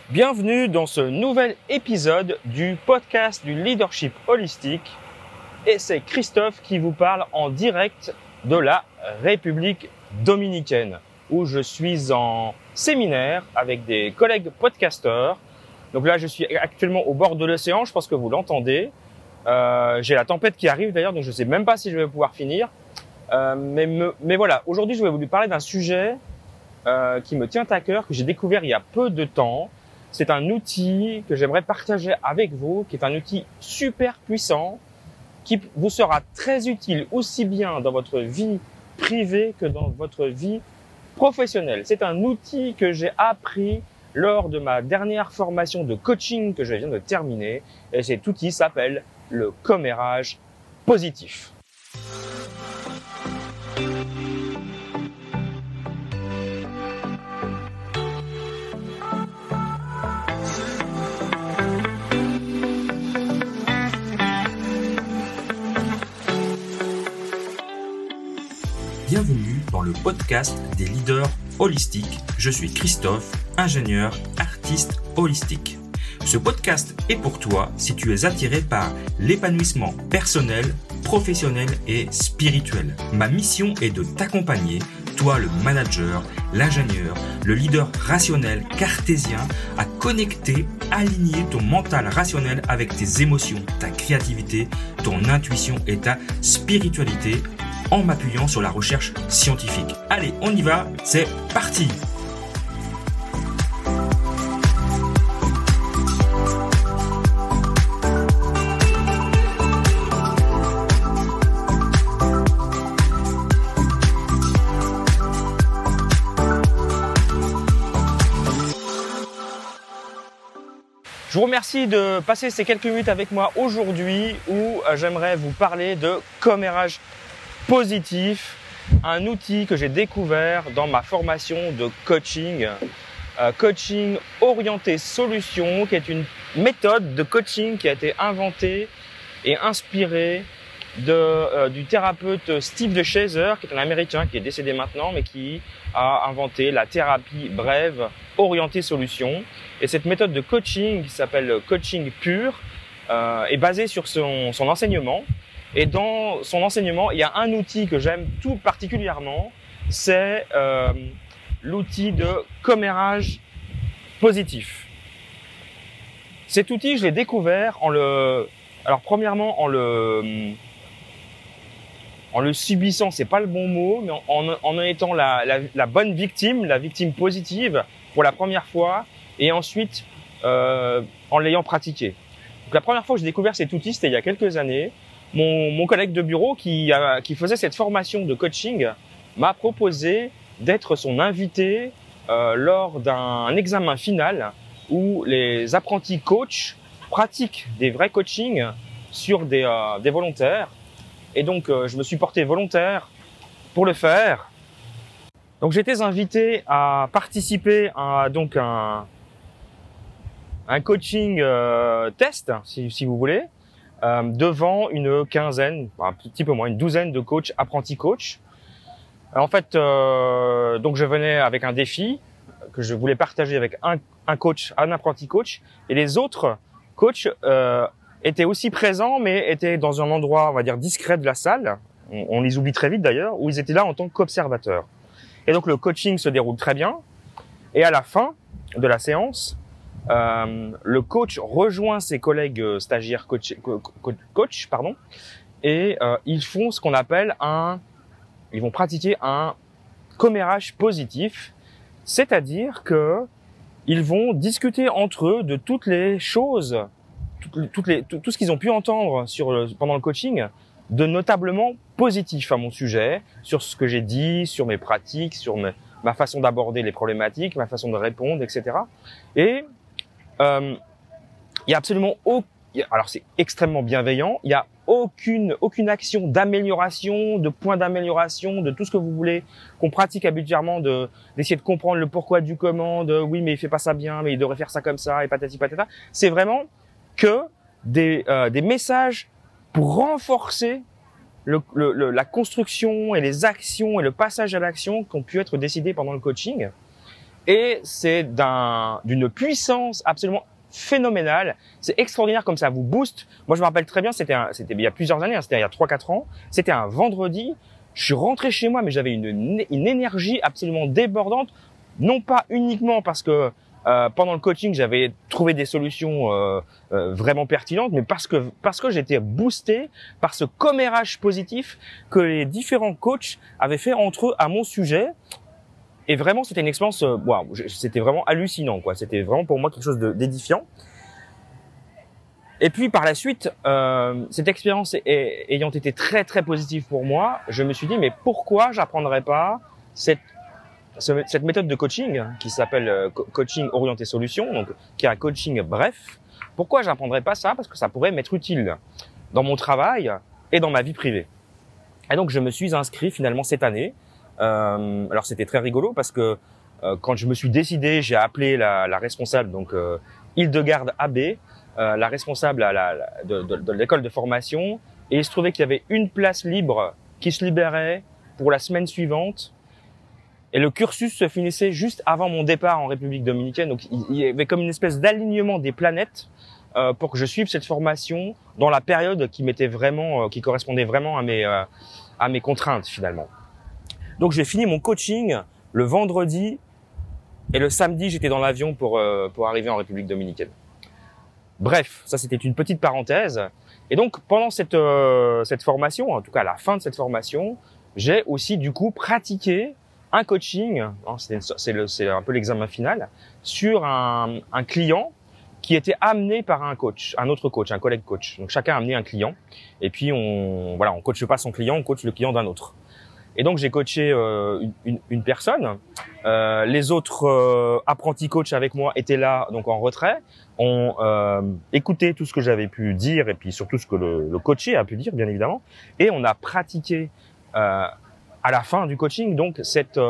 Bienvenue dans ce nouvel épisode du podcast du leadership holistique. Et c'est Christophe qui vous parle en direct de la République dominicaine, où je suis en séminaire avec des collègues podcasteurs. Donc là, je suis actuellement au bord de l'océan, je pense que vous l'entendez. J'ai la tempête qui arrive d'ailleurs, donc je ne sais même pas si je vais pouvoir finir. Mais voilà, aujourd'hui, je vais vous parler d'un sujet qui me tient à cœur, que j'ai découvert il y a peu de temps. C'est un outil que j'aimerais partager avec vous, qui est un outil super puissant, qui vous sera très utile aussi bien dans votre vie privée que dans votre vie professionnelle. C'est un outil que j'ai appris lors de ma dernière formation de coaching que je viens de terminer. Et cet outil s'appelle le commérage positif. Bienvenue dans le podcast des leaders holistiques. Je suis Christophe, ingénieur, artiste holistique. Ce podcast est pour toi si tu es attiré par l'épanouissement personnel, professionnel et spirituel. Ma mission est de t'accompagner, toi le manager, l'ingénieur, le leader rationnel cartésien, à connecter, aligner ton mental rationnel avec tes émotions, ta créativité, ton intuition et ta spiritualité, en m'appuyant sur la recherche scientifique. Allez, on y va, c'est parti! Je vous remercie de passer ces quelques minutes avec moi aujourd'hui où j'aimerais vous parler de commérage positif, un outil que j'ai découvert dans ma formation de coaching, coaching orienté solution, qui est une méthode de coaching qui a été inventée et inspirée du thérapeute Steve DeShazer, qui est un Américain qui est décédé maintenant, mais qui a inventé la thérapie brève orientée solution. Et cette méthode de coaching, qui s'appelle coaching pur, est basée sur son enseignement. Et dans son enseignement, il y a un outil que j'aime tout particulièrement, c'est l'outil de commérage positif. Cet outil, je l'ai découvert premièrement en le subissant, c'est pas le bon mot, mais en étant la bonne victime, la victime positive pour la première fois, et ensuite en l'ayant pratiqué. Donc, la première fois que j'ai découvert cet outil, c'était il y a quelques années. Mon collègue de bureau qui faisait cette formation de coaching m'a proposé d'être son invité lors d'un examen final où les apprentis coachs pratiquent des vrais coachings sur des volontaires. Et donc, je me suis porté volontaire pour le faire. Donc, j'étais invité à participer à un coaching test, si vous voulez. Devant une quinzaine, un petit peu moins, une douzaine de coachs, apprentis coachs. En fait, donc je venais avec un défi que je voulais partager avec un coach, un apprenti coach, et les autres coachs étaient aussi présents, mais étaient dans un endroit, on va dire, discret de la salle. On les oublie très vite d'ailleurs, où ils étaient là en tant qu'observateurs. Et donc le coaching se déroule très bien. Et à la fin de la séance, le coach rejoint ses collègues stagiaires coach, et ils font ce qu'on appelle ils vont pratiquer un commérage positif, c'est-à-dire que ils vont discuter entre eux de toutes les choses, tout ce qu'ils ont pu entendre pendant le coaching, de notablement positif à mon sujet, sur ce que j'ai dit, sur mes pratiques, sur ma façon d'aborder les problématiques, ma façon de répondre, etc. Et il y a absolument alors c'est extrêmement bienveillant, il y a aucune action d'amélioration, de point d'amélioration, de tout ce que vous voulez qu'on pratique habituellement, d'essayer de comprendre le pourquoi du comment, de oui mais il fait pas ça bien, mais il devrait faire ça comme ça et patati patata. C'est vraiment que des messages pour renforcer la construction et les actions et le passage à l'action qui ont pu être décidés pendant le coaching. Et c'est d'une puissance absolument phénoménale. C'est extraordinaire comme ça vous booste. Moi, je me rappelle très bien, c'était il y a plusieurs années, c'était il y a 3-4 ans. C'était un vendredi. Je suis rentré chez moi, mais j'avais une énergie absolument débordante. Non pas uniquement parce que pendant le coaching, j'avais trouvé des solutions vraiment pertinentes, mais parce que j'étais boosté par ce commérage positif que les différents coachs avaient fait entre eux à mon sujet. Et vraiment, c'était une expérience, c'était vraiment hallucinant, quoi. C'était vraiment pour moi quelque chose d'édifiant. Et puis par la suite, cette expérience ayant été très très positive pour moi, je me suis dit mais pourquoi j'apprendrais pas cette méthode de coaching qui s'appelle coaching orienté solution, donc qui est un coaching bref. Pourquoi j'apprendrais pas ça? Parce que ça pourrait m'être utile dans mon travail et dans ma vie privée. Et donc je me suis inscrit finalement cette année. Alors c'était très rigolo parce que quand je me suis décidé, j'ai appelé la responsable, donc Hildegarde Abbé, la responsable de l'école de formation, et il se trouvait qu'il y avait une place libre qui se libérait pour la semaine suivante. Et le cursus se finissait juste avant mon départ en République dominicaine. Donc, il y avait comme une espèce d'alignement des planètes pour que je suive cette formation dans la période qui correspondait vraiment à mes contraintes finalement. Donc, j'ai fini mon coaching le vendredi et le samedi, j'étais dans l'avion pour arriver en République dominicaine. Bref, ça c'était une petite parenthèse. Et donc, pendant cette formation, en tout cas à la fin de cette formation, j'ai aussi du coup pratiqué un coaching, c'est un peu l'examen final, sur un client qui était amené par un autre coach, un collègue coach. Donc chacun a amené un client, et puis on coache pas son client, on coach le client d'un autre. Et donc j'ai coaché une personne. Les autres apprentis coachs avec moi étaient là, donc en retrait, ont écouté tout ce que j'avais pu dire, et puis surtout ce que le coaché a pu dire, bien évidemment, et on a pratiqué à la fin du coaching, donc cette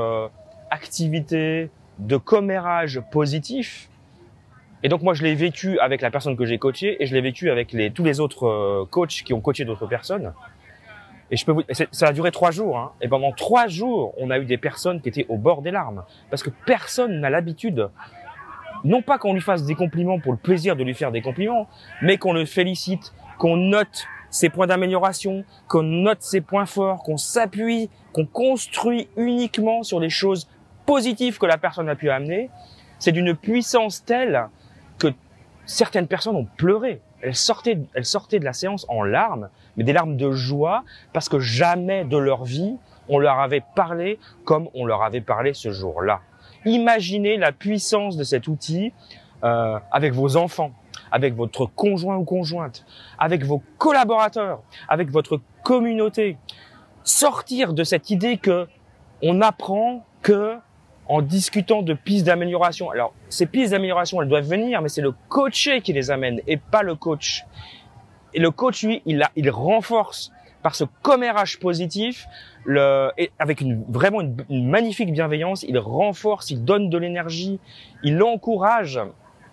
activité de commérage positif. Et donc moi je l'ai vécu avec la personne que j'ai coachée, et je l'ai vécu avec tous les autres coachs qui ont coaché d'autres personnes. Et ça a duré 3 jours, hein. Et pendant 3 jours, on a eu des personnes qui étaient au bord des larmes, parce que personne n'a l'habitude, non pas qu'on lui fasse des compliments pour le plaisir de lui faire des compliments, mais qu'on le félicite, qu'on note ses points d'amélioration, qu'on note ses points forts, qu'on s'appuie, qu'on construit uniquement sur les choses positives que la personne a pu amener. C'est d'une puissance telle que certaines personnes ont pleuré. Elles sortaient de la séance en larmes, mais des larmes de joie, parce que jamais de leur vie on leur avait parlé comme on leur avait parlé ce jour-là. Imaginez la puissance de cet outil avec vos enfants, avec votre conjoint ou conjointe, avec vos collaborateurs, avec votre communauté. Sortir de cette idée que on n'apprend que en discutant de pistes d'amélioration. Alors, ces pistes d'amélioration, elles doivent venir, mais c'est le coaché qui les amène et pas le coach. Et le coach, lui, il renforce par ce commérage positif, et avec vraiment une magnifique bienveillance, il renforce, il donne de l'énergie, il encourage.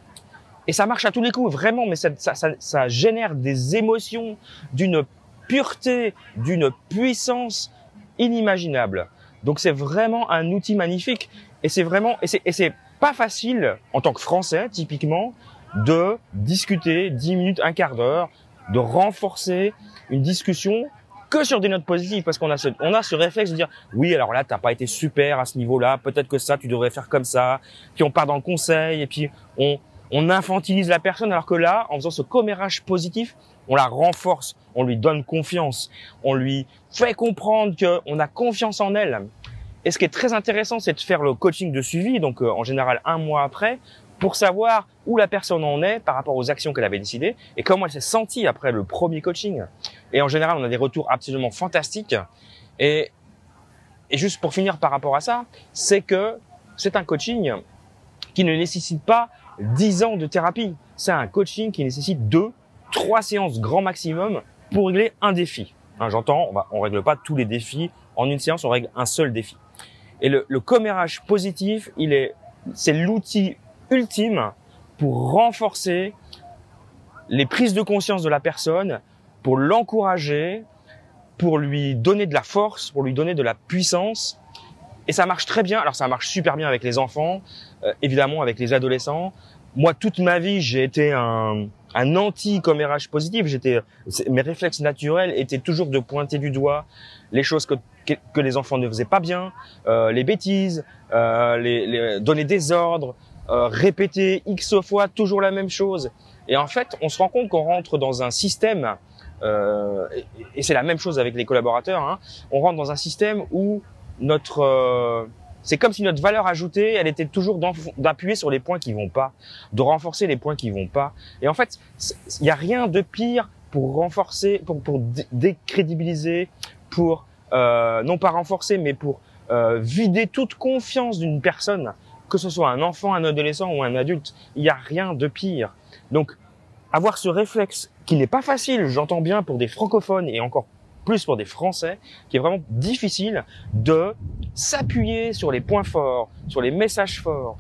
Et ça marche à tous les coups, vraiment, mais ça génère des émotions d'une pureté, d'une puissance inimaginable. Donc c'est vraiment un outil magnifique, et c'est pas facile en tant que Français typiquement de discuter 10 minutes, un quart d'heure, de renforcer une discussion que sur des notes positives, parce qu'on a ce réflexe de dire oui, alors là t'as pas été super à ce niveau-là, peut-être que ça tu devrais faire comme ça, puis on part dans le conseil, et puis on infantilise la personne, alors que là, en faisant ce commérage positif, on la renforce, on lui donne confiance, on lui fait comprendre qu'on a confiance en elle. Et ce qui est très intéressant, c'est de faire le coaching de suivi, donc en général 1 mois après, pour savoir où la personne en est par rapport aux actions qu'elle avait décidées et comment elle s'est sentie après le premier coaching. Et en général, on a des retours absolument fantastiques. Et juste pour finir par rapport à ça, c'est que c'est un coaching qui ne nécessite pas 10 ans de thérapie. C'est un coaching qui nécessite 2-3 séances grand maximum pour régler un défi. Hein, j'entends, on règle pas tous les défis en une séance, on règle un seul défi. Et le commérage positif, c'est l'outil ultime pour renforcer les prises de conscience de la personne, pour l'encourager, pour lui donner de la force, pour lui donner de la puissance. Et ça marche très bien. Alors ça marche super bien avec les enfants, évidemment avec les adolescents. Moi, toute ma vie, j'ai été un anti-commérage positif. Mes réflexes naturels étaient toujours de pointer du doigt les choses que les enfants ne faisaient pas bien, les bêtises, donner des ordres, répéter X fois toujours la même chose. Et en fait, on se rend compte qu'on rentre dans un système, et c'est la même chose avec les collaborateurs, hein, on rentre dans un système où c'est comme si notre valeur ajoutée, elle était toujours d'appuyer sur les points qui vont pas, de renforcer les points qui vont pas. Et en fait, il y a rien de pire pour renforcer, pour décrédibiliser, pour non pas renforcer, mais pour vider toute confiance d'une personne, que ce soit un enfant, un adolescent ou un adulte. Il y a rien de pire. Donc, avoir ce réflexe qui n'est pas facile, j'entends bien, pour des francophones et encore plus pour des Français, qui est vraiment difficile de s'appuyer sur les points forts, sur les messages forts,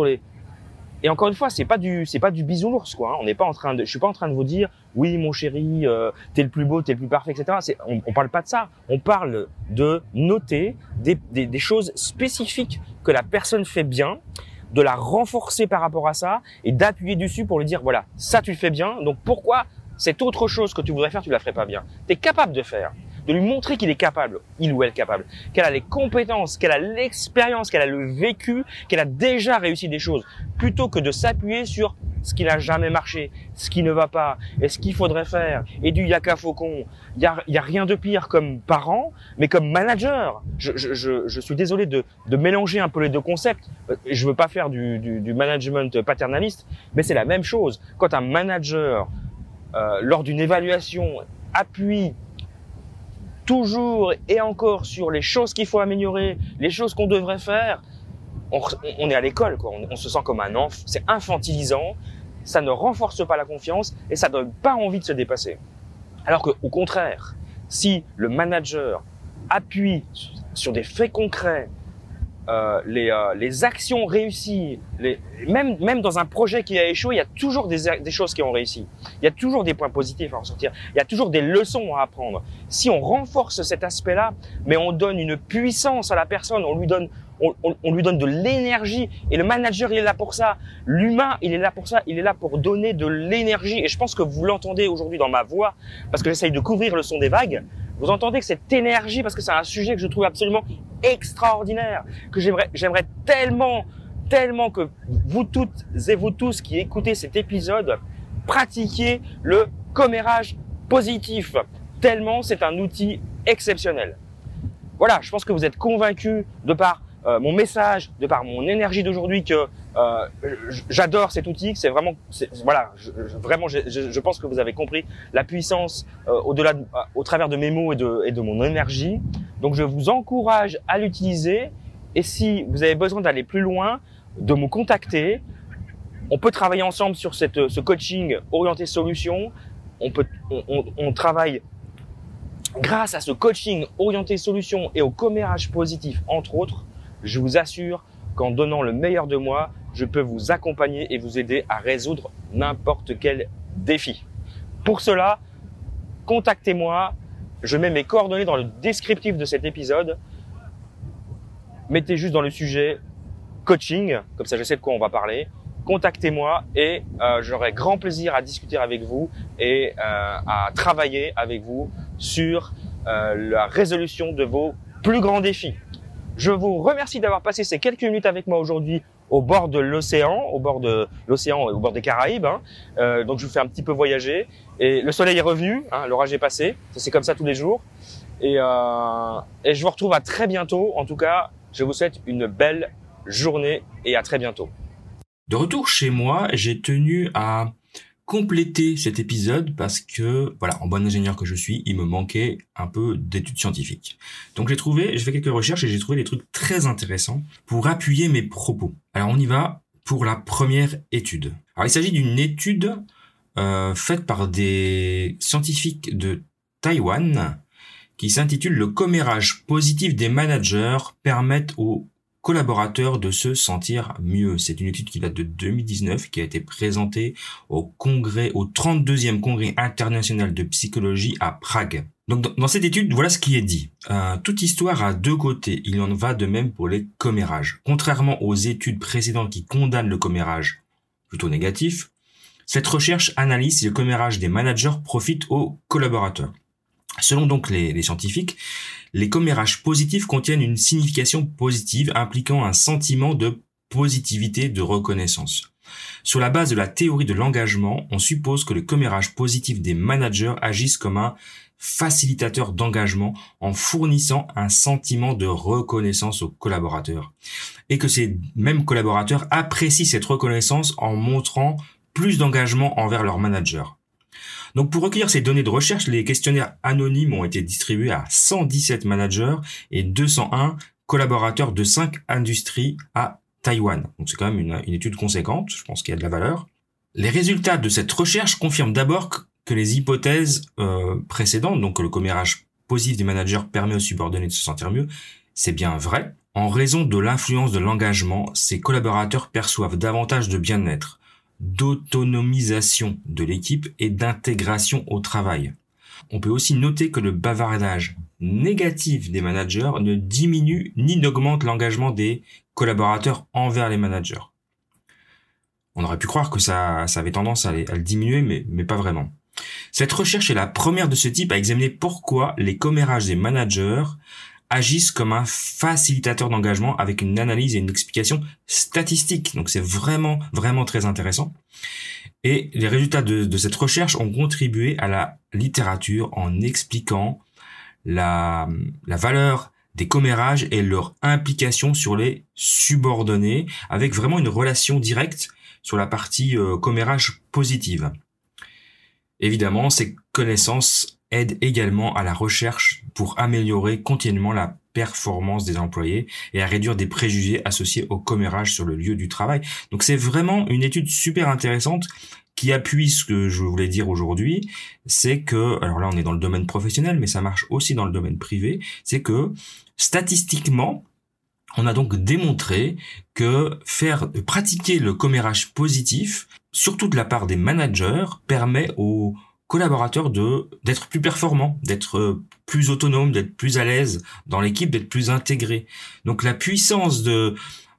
et encore une fois, c'est pas du bisounours, quoi. Hein. Je suis pas en train de vous dire, oui, mon chéri, t'es le plus beau, t'es le plus parfait, etc. On parle pas de ça. On parle de noter des choses spécifiques que la personne fait bien, de la renforcer par rapport à ça et d'appuyer dessus pour lui dire, voilà, ça tu le fais bien. Donc pourquoi cette autre chose que tu voudrais faire, tu la ferais pas bien? T'es capable de faire. De lui montrer qu'il est capable, il ou elle capable, qu'elle a les compétences, qu'elle a l'expérience, qu'elle a le vécu, qu'elle a déjà réussi des choses, plutôt que de s'appuyer sur ce qui n'a jamais marché, ce qui ne va pas, et ce qu'il faudrait faire, et du yaka faucon. Il y a rien de pire comme parent, mais comme manager. Je suis désolé de mélanger un peu les deux concepts. Je veux pas faire du management paternaliste, mais c'est la même chose. Quand un manager, lors d'une évaluation, appuie toujours et encore sur les choses qu'il faut améliorer, les choses qu'on devrait faire, on est à l'école, quoi. On se sent comme un enfant. C'est infantilisant, ça ne renforce pas la confiance et ça donne pas envie de se dépasser. Alors que, au contraire, si le manager appuie sur des faits concrets, les actions réussies, même dans un projet qui a échoué, il y a toujours des choses qui ont réussi. Il y a toujours des points positifs à en sortir. Il y a toujours des leçons à apprendre. Si on renforce cet aspect-là, mais on donne une puissance à la personne, on lui donne de l'énergie. Et le manager, il est là pour ça. L'humain, il est là pour ça. Il est là pour donner de l'énergie. Et je pense que vous l'entendez aujourd'hui dans ma voix, parce que j'essaye de couvrir le son des vagues. Vous entendez que cette énergie, parce que c'est un sujet que je trouve absolument extraordinaire, que j'aimerais tellement que vous toutes et vous tous qui écoutez cet épisode, pratiquiez le commérage positif. Tellement c'est un outil exceptionnel. Voilà, je pense que vous êtes convaincus de par mon message, de par mon énergie d'aujourd'hui que j'adore cet outil. C'est vraiment, je pense que vous avez compris la puissance au travers de mes mots et de mon énergie. Donc je vous encourage à l'utiliser. Et si vous avez besoin d'aller plus loin, de me contacter. On peut travailler ensemble sur ce coaching orienté solution. On travaille grâce à ce coaching orienté solution et au commérage positif, entre autres. Je vous assure qu'en donnant le meilleur de moi, je peux vous accompagner et vous aider à résoudre n'importe quel défi. Pour cela, contactez-moi. Je mets mes coordonnées dans le descriptif de cet épisode. Mettez juste dans le sujet coaching, comme ça je sais de quoi on va parler. Contactez-moi et j'aurai grand plaisir à discuter avec vous et à travailler avec vous sur la résolution de vos plus grands défis. Je vous remercie d'avoir passé ces quelques minutes avec moi aujourd'hui au bord de l'océan, au bord des Caraïbes. Donc je vous fais un petit peu voyager. Et le soleil est revenu, l'orage est passé. C'est comme ça tous les jours. Et je vous retrouve à très bientôt. En tout cas, je vous souhaite une belle journée et à très bientôt. De retour chez moi, j'ai tenu à compléter cet épisode parce que, voilà, en bon ingénieur que je suis, il me manquait un peu d'études scientifiques. Donc j'ai fait quelques recherches et j'ai trouvé des trucs très intéressants pour appuyer mes propos. Alors on y va pour la première étude. Alors il s'agit d'une étude faite par des scientifiques de Taïwan qui s'intitule « Le commérage positif des managers permettent aux collaborateurs de se sentir mieux. C'est une étude qui date de 2019, qui a été présentée au 32e congrès international de psychologie à Prague. Donc dans cette étude, voilà ce qui est dit. Toute histoire a deux côtés. Il en va de même pour les commérages. Contrairement aux études précédentes qui condamnent le commérage plutôt négatif, cette recherche analyse si le commérage des managers profite aux collaborateurs. Selon donc les scientifiques, les commérages positifs contiennent une signification positive impliquant un sentiment de positivité, de reconnaissance. Sur la base de la théorie de l'engagement, on suppose que le commérage positif des managers agisse comme un facilitateur d'engagement en fournissant un sentiment de reconnaissance aux collaborateurs. Et que ces mêmes collaborateurs apprécient cette reconnaissance en montrant plus d'engagement envers leur manager. Donc pour recueillir ces données de recherche, les questionnaires anonymes ont été distribués à 117 managers et 201 collaborateurs de 5 industries à Taïwan. Donc c'est quand même une étude conséquente, je pense qu'il y a de la valeur. Les résultats de cette recherche confirment d'abord que les hypothèses précédentes, donc que le commérage positif des managers permet aux subordonnés de se sentir mieux, c'est bien vrai. En raison de l'influence de l'engagement, ces collaborateurs perçoivent davantage de bien-être, d'autonomisation de l'équipe et d'intégration au travail. On peut aussi noter que le bavardage négatif des managers ne diminue ni n'augmente l'engagement des collaborateurs envers les managers. On aurait pu croire que ça avait tendance à le diminuer, mais pas vraiment. Cette recherche est la première de ce type à examiner pourquoi les commérages des managers agissent comme un facilitateur d'engagement avec une analyse et une explication statistique. Donc c'est vraiment, vraiment très intéressant. Et les résultats de cette recherche ont contribué à la littérature en expliquant la valeur des commérages et leur implication sur les subordonnés, avec vraiment une relation directe sur la partie commérage positive. Évidemment, ces connaissances aident également à la recherche pour améliorer continuellement la performance des employés et à réduire des préjugés associés au commérage sur le lieu du travail. Donc c'est vraiment une étude super intéressante qui appuie ce que je voulais dire aujourd'hui, c'est que, alors là on est dans le domaine professionnel, mais ça marche aussi dans le domaine privé, c'est que statistiquement, on a donc démontré que pratiquer le commérage positif, surtout de la part des managers, permet aux collaborateurs d'être plus performants, d'être plus autonomes, d'être plus à l'aise dans l'équipe, d'être plus intégrés. Donc la puissance de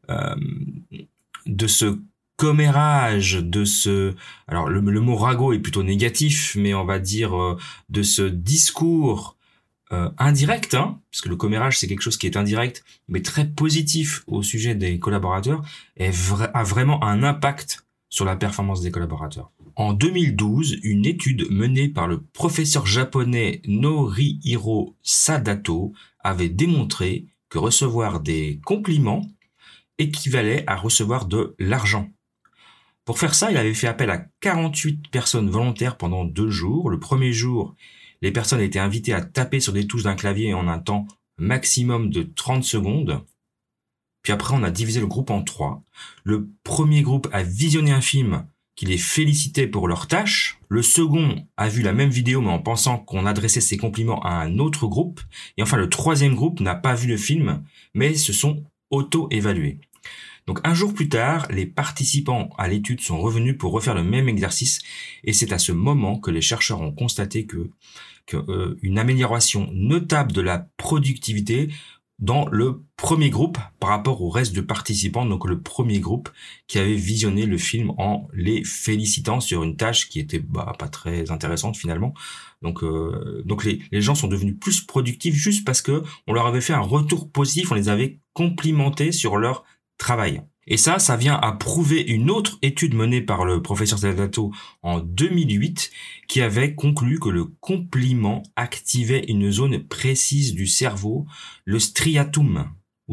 ce commérage, alors le mot ragot est plutôt négatif, mais on va dire de ce discours indirect, parce que le commérage c'est quelque chose qui est indirect, mais très positif au sujet des collaborateurs, a vraiment un impact sur la performance des collaborateurs. En 2012, une étude menée par le professeur japonais Norihiro Sadato avait démontré que recevoir des compliments équivalait à recevoir de l'argent. Pour faire ça, il avait fait appel à 48 personnes volontaires pendant 2 jours. Le premier jour, les personnes étaient invitées à taper sur des touches d'un clavier en un temps maximum de 30 secondes. Puis après, on a divisé le groupe en 3. Le premier groupe a visionné un film qui les félicitait pour leur tâche. Le second a vu la même vidéo, mais en pensant qu'on adressait ses compliments à un autre groupe. Et enfin, le troisième groupe n'a pas vu le film, mais se sont auto-évalués. Donc un jour plus tard, les participants à l'étude sont revenus pour refaire le même exercice, et c'est à ce moment que les chercheurs ont constaté une amélioration notable de la productivité dans le premier groupe par rapport au reste de participants, donc le premier groupe qui avait visionné le film en les félicitant sur une tâche qui était pas très intéressante finalement. Donc les gens sont devenus plus productifs juste parce que on leur avait fait un retour positif, on les avait complimentés sur leur travail. Et ça vient à prouver une autre étude menée par le professeur Sadato en 2008 qui avait conclu que le compliment activait une zone précise du cerveau, le striatum,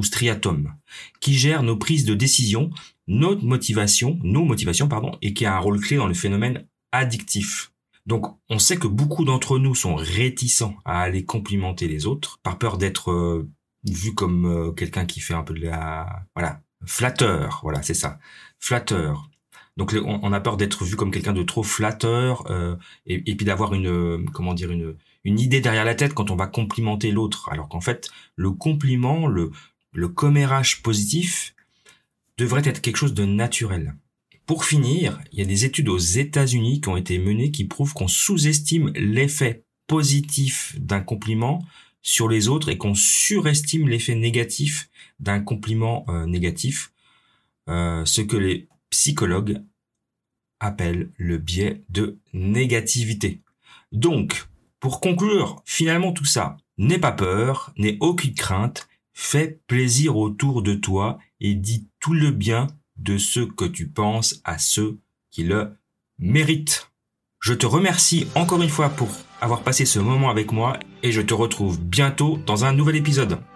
qui gère nos prises de décision, nos motivations, et qui a un rôle clé dans le phénomène addictif. Donc, on sait que beaucoup d'entre nous sont réticents à aller complimenter les autres par peur d'être vu comme quelqu'un qui fait un peu de la... flatteur, c'est ça, flatteur. Donc on a peur d'être vu comme quelqu'un de trop flatteur et puis d'avoir une idée derrière la tête quand on va complimenter l'autre. Alors qu'en fait, le compliment, le commérage positif devrait être quelque chose de naturel. Pour finir, il y a des études aux États-Unis qui ont été menées qui prouvent qu'on sous-estime l'effet positif d'un compliment sur les autres et qu'on surestime l'effet négatif d'un compliment négatif, ce que les psychologues appellent le biais de négativité. Donc, pour conclure, finalement tout ça, n'aie pas peur, n'aie aucune crainte, fais plaisir autour de toi et dis tout le bien de ce que tu penses à ceux qui le méritent. Je te remercie encore une fois pour avoir passé ce moment avec moi et je te retrouve bientôt dans un nouvel épisode.